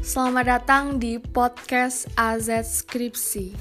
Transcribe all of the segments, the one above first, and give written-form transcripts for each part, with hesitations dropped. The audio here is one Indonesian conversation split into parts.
Selamat datang di podcast AZ Skripsi.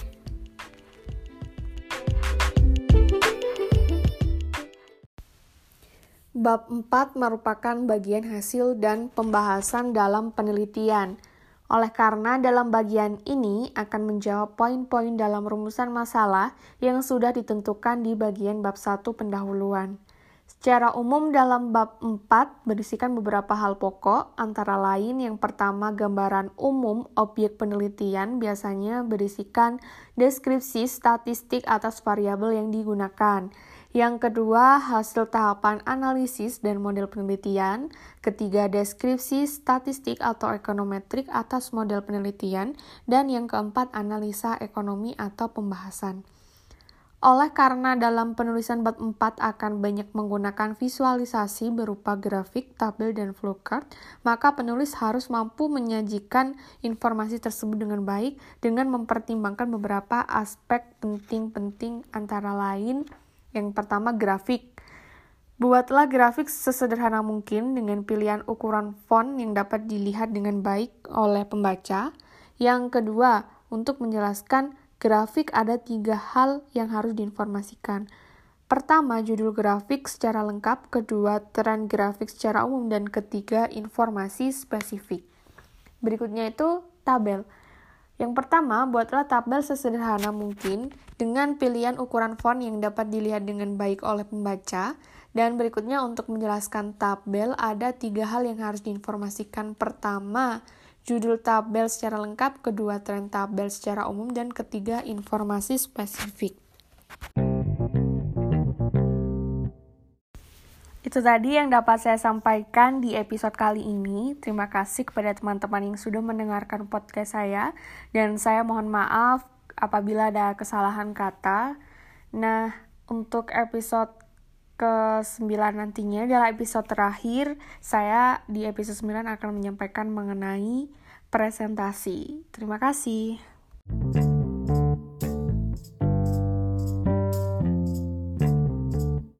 Bab 4 merupakan bagian hasil dan pembahasan dalam penelitian. Oleh karena dalam bagian ini akan menjawab poin-poin dalam rumusan masalah yang sudah ditentukan di bagian bab 1 pendahuluan. Secara umum dalam bab 4 berisikan beberapa hal pokok, antara lain yang pertama gambaran umum objek penelitian biasanya berisikan deskripsi statistik atas variabel yang digunakan. Yang kedua, hasil tahapan analisis dan model penelitian. Ketiga, deskripsi statistik atau ekonometrik atas model penelitian. Dan yang keempat, analisa ekonomi atau pembahasan. Oleh karena dalam penulisan bab 4 akan banyak menggunakan visualisasi berupa grafik, tabel, dan flowchart, maka penulis harus mampu menyajikan informasi tersebut dengan baik dengan mempertimbangkan beberapa aspek penting antara lain. Yang pertama, grafik. Buatlah grafik sesederhana mungkin dengan pilihan ukuran font yang dapat dilihat dengan baik oleh pembaca. Yang kedua, untuk menjelaskan grafik ada 3 hal yang harus diinformasikan. Pertama, judul grafik secara lengkap. Kedua, tren grafik secara umum. Dan ketiga, informasi spesifik. Berikutnya itu tabel. Yang pertama, buatlah tabel sesederhana mungkin dengan pilihan ukuran font yang dapat dilihat dengan baik oleh pembaca. Dan berikutnya untuk menjelaskan tabel ada 3 hal yang harus diinformasikan. Pertama, judul tabel secara lengkap. Kedua, tren tabel secara umum. Dan ketiga, informasi spesifik. Itu tadi yang dapat saya sampaikan di episode kali ini. Terima kasih kepada teman-teman yang sudah mendengarkan podcast saya. Dan saya mohon maaf apabila ada kesalahan kata. Nah, untuk episode ke-9 nantinya adalah episode terakhir. Saya di episode 9 akan menyampaikan mengenai presentasi. Terima kasih.